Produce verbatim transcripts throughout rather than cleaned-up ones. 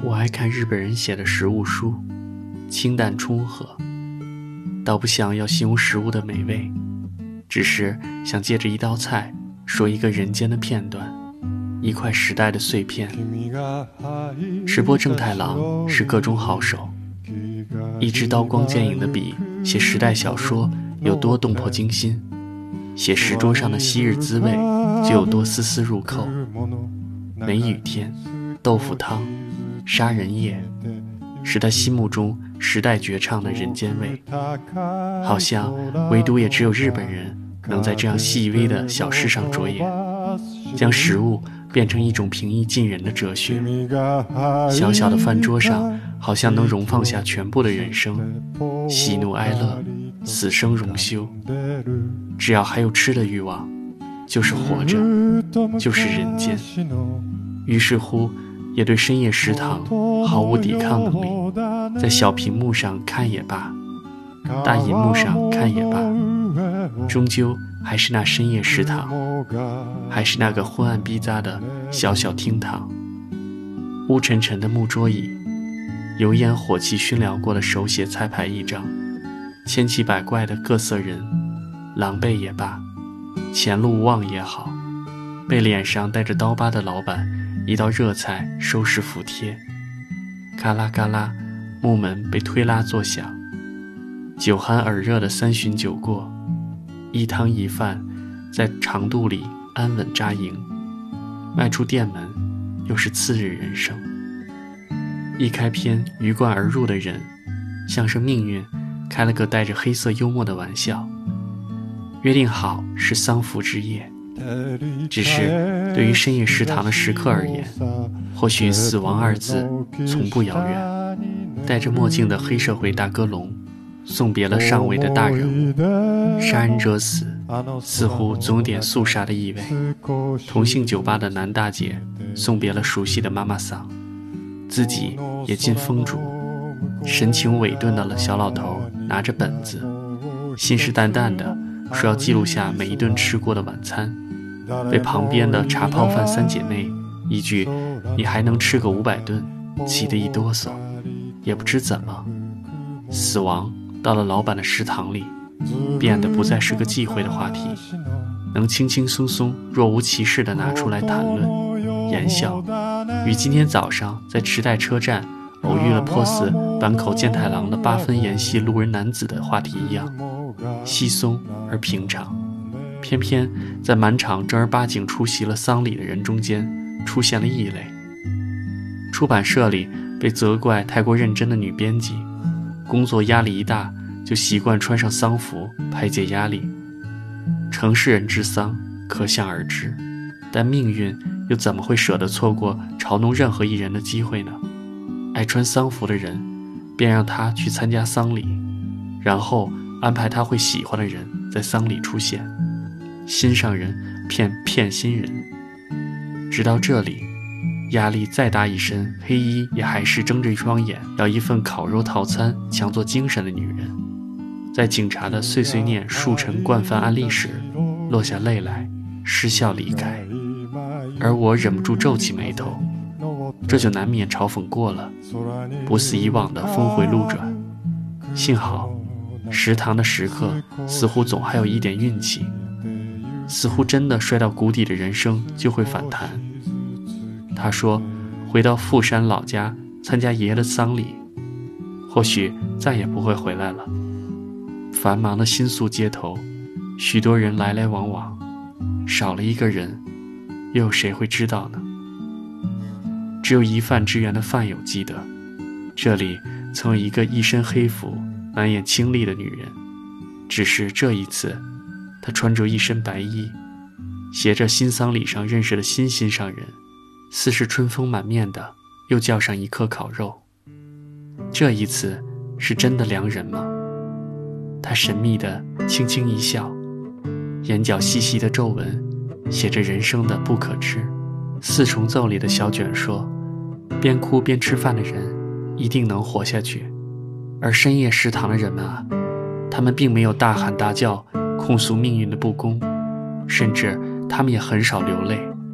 我爱看日本人写的食物书，清淡冲和，倒不想要形容食物的美味，只是想借着一道菜说一个人间的片段，一块时代的碎片。石波正太郎是各中好手，一支刀光剑影的笔写时代小说有多动魄惊心，写石桌上的昔日滋味就有多丝丝入扣。梅雨天、豆腐汤、杀人夜，是他心目中时代绝唱的人间味。好像唯独也只有日本人能在这样细微的小事上着眼，将食物变成一种平易近人的哲学。小小的饭桌上好像能容放下全部的人生，喜怒哀乐，死生荣休。只要还有吃的欲望，就是活着，就是人间。于是乎也对深夜食堂毫无抵抗能力，在小屏幕上看也罢，大银幕上看也罢，终究还是那深夜食堂，还是那个昏暗逼仄的小小厅堂。乌沉沉的木桌椅，油烟火气熏燎过的手写菜牌一张，千奇百怪的各色人，狼狈也罢，前路无望也好，被脸上带着刀疤的老板一道热菜收拾服帖，嘎啦嘎啦，木门被推拉作响，酒酣耳热的三巡酒过，一汤一饭在肠肚里安稳扎营，迈出店门又是次日人生。一开篇鱼贯而入的人，像是命运开了个带着黑色幽默的玩笑，约定好是丧服之夜，只是对于深夜食堂的食客而言，或许死亡二字从不遥远。戴着墨镜的黑社会大哥龙送别了上位的大人物，杀人者死似乎总有点肃杀的意味。同性酒吧的男大姐送别了熟悉的妈妈桑，自己也进风烛，神情委顿的小老头拿着本子，信誓旦旦的说要记录下每一顿吃过的晚餐，被旁边的茶泡饭三姐妹一句你还能吃个五百顿气得一哆嗦。也不知怎么，死亡到了老板的食堂里，变得不再是个忌讳的话题，能轻轻松松若无其事地拿出来谈论言笑，与今天早上在池袋车站偶遇了颇似坂口健太郎的八分演戏路人男子的话题一样，稀松而平常。偏偏在满场正儿八经出席了丧礼的人中间出现了异类。出版社里被责怪太过认真的女编辑，工作压力一大就习惯穿上丧服排解压力。城市人之丧可想而知，但命运又怎么会舍得错过嘲弄任何一人的机会呢？爱穿丧服的人便让他去参加丧礼，然后安排他会喜欢的人在丧礼出现，心上人骗骗心人。直到这里，压力再大一身黑衣也还是睁着一双眼要一份烤肉套餐强作精神的女人，在警察的碎碎念数陈惯犯案例时落下泪来，失笑离开。而我忍不住皱起眉头，这就难免嘲讽过了，不似以往的峰回路转。幸好食堂的食客似乎总还有一点运气，似乎真的摔到谷底的人生就会反弹。他说回到富山老家参加爷爷的丧礼，或许再也不会回来了。繁忙的新宿街头，许多人来来往往，少了一个人，又有谁会知道呢？只有一饭之缘的饭友记得，这里曾有一个一身黑服满眼清丽的女人，只是这一次她穿着一身白衣，携着新丧礼上认识的新心上人，似是春风满面的又叫上一颗烤肉。这一次是真的良人吗？他神秘地轻轻一笑，眼角细细的皱纹写着人生的不可知。四重奏里的小卷说，边哭边吃饭的人一定能活下去，而深夜食堂的人们啊，他们并没有大喊大叫控诉命运的不公，甚至他们也很少流泪，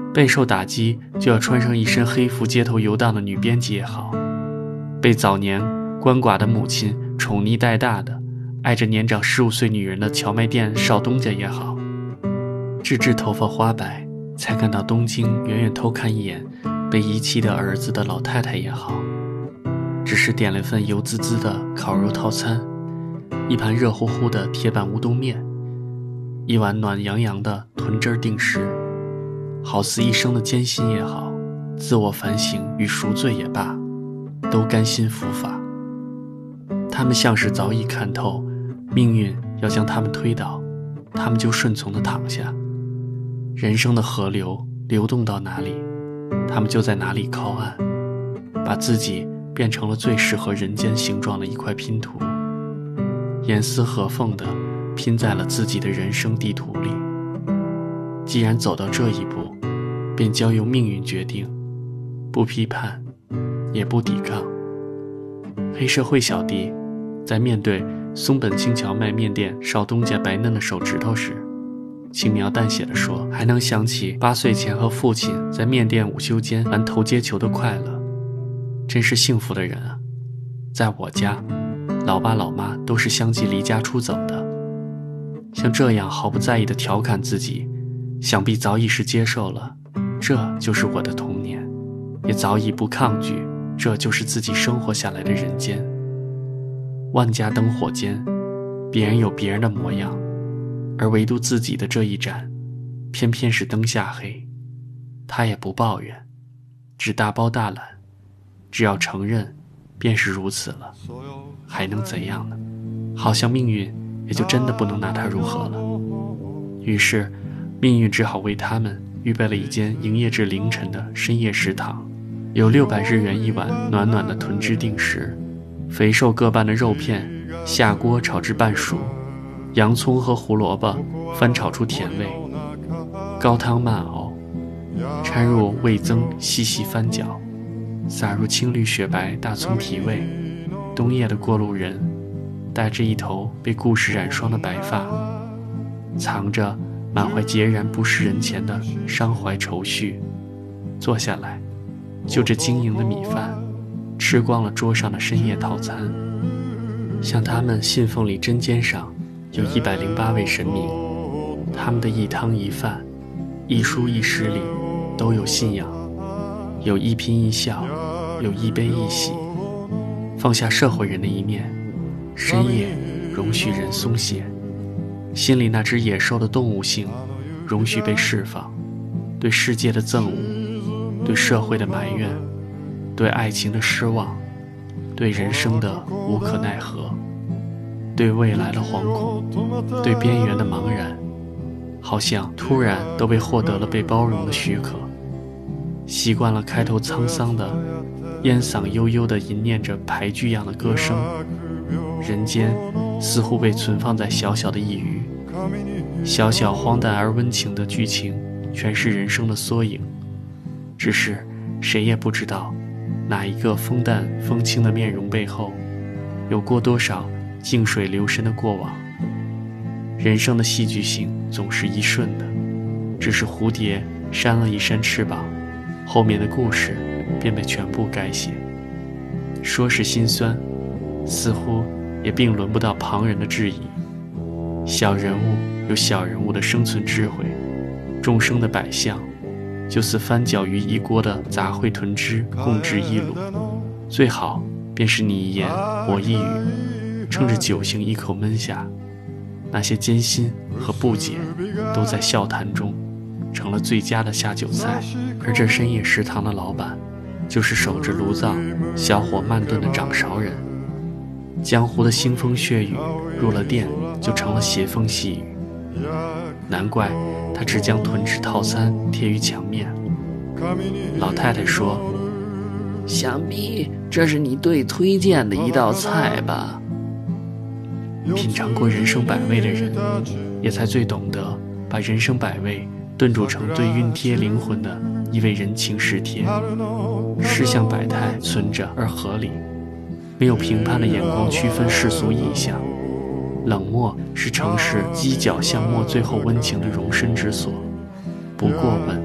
备受打击就要穿上一身黑服街头游荡的女编辑也好，被早年鳏寡的母亲宠溺带大的爱着年长十五岁女人的荞麦店少东家也好，直至头发花白才赶到东京远远偷看一眼被遗弃的儿子的老太太也好，只是点了份油滋滋的烤肉套餐，一盘热乎乎的铁板乌冬面，一碗暖洋洋的豚汁定食，好似一生的艰辛也好，自我反省与赎罪也罢，都甘心伏法。他们像是早已看透命运要将他们推倒，他们就顺从地躺下。人生的河流流动到哪里，他们就在哪里靠岸，把自己变成了最适合人间形状的一块拼图，严丝合缝地拼在了自己的人生地图里。既然走到这一步，便交由命运决定，不批判，也不抵抗。黑社会小弟在面对松本清荞麦面店少东家白嫩的手指头时，轻描淡写地说，还能想起八岁前和父亲在面店午休间玩投接球的快乐，真是幸福的人啊。在我家，老爸老妈都是相继离家出走的。像这样毫不在意地调侃自己，想必早已是接受了这就是我的童年，也早已不抗拒这就是自己生活下来的人间。万家灯火间，别人有别人的模样，而唯独自己的这一盏偏偏是灯下黑。他也不抱怨，只大包大揽，只要承认便是如此了，还能怎样呢？好像命运也就真的不能拿他如何了。于是命运只好为他们预备了一间营业至凌晨的深夜食堂，有六百日元一碗暖暖的豚汁定食，肥瘦各半的肉片下锅炒至半熟，洋葱和胡萝卜翻炒出甜味，高汤慢熬，掺入味增细细翻搅，撒入青绿雪白大葱提味。冬夜的过路人带着一头被故事染霜的白发，藏着满怀孑然不识人前的伤怀愁绪，坐下来就着晶莹的米饭吃光了桌上的深夜套餐。像他们信奉里针尖上有一百零八位神明，他们的一汤一饭一蔬一食里都有信仰，有一颦一笑，有一悲一喜。放下社会人的一面，深夜容许人松懈，心里那只野兽的动物性容许被释放，对世界的憎恶，对社会的埋怨，对爱情的失望，对人生的无可奈何，对未来的惶恐，对边缘的茫然，好像突然都被获得了被包容的许可。习惯了开头沧桑的烟嗓悠悠地吟念着牌句样的歌声，人间似乎被存放在小小的一隅，小小荒诞而温情的剧情全是人生的缩影，只是谁也不知道哪一个风淡风轻的面容背后有过多少静水流深的过往。人生的戏剧性总是一瞬的，只是蝴蝶扇了一扇翅膀，后面的故事便被全部改写。说是心酸，似乎也并轮不到旁人的质疑。小人物有小人物的生存智慧，众生的百相就似翻搅于一锅的杂烩豚汁共执一炉，最好便是你一言我一语，趁着酒醒一口闷下，那些艰辛和不解都在笑谈中成了最佳的下酒菜。而这深夜食堂的老板就是守着炉灶小火慢炖的掌勺人，江湖的腥风血雨入了店就成了斜风细雨，难怪他只将豚汁套餐贴于墙面。老太太说，想必这是你最推荐的一道菜吧。品尝过人生百味的人也才最懂得把人生百味炖煮成最熨贴灵魂的一味人情世帖。世相百态存着而合理，没有评判的眼光区分世俗异象。冷漠是城市犄角巷陌最后温情的容身之所，不过问，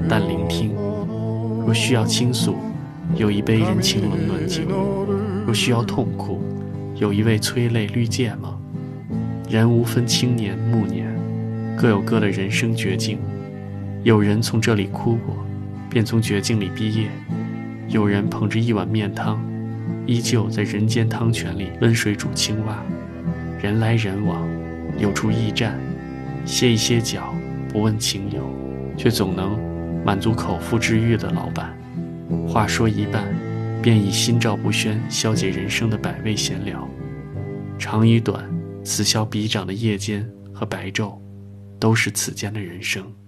但聆听。若需要倾诉，有一杯人情冷暖酒；若需要痛哭，有一位催泪绿芥末。人无分青年暮年，各有各的人生绝境。有人从这里哭过，便从绝境里毕业；有人捧着一碗面汤，依旧在人间汤泉里温水煮青蛙。人来人往，有处驿站，歇一歇脚，不问情由，却总能满足口腹之欲的老板。话说一半，便以心照不宣消解人生的百味闲聊。长与短，此消彼长的夜间和白昼，都是此间的人生。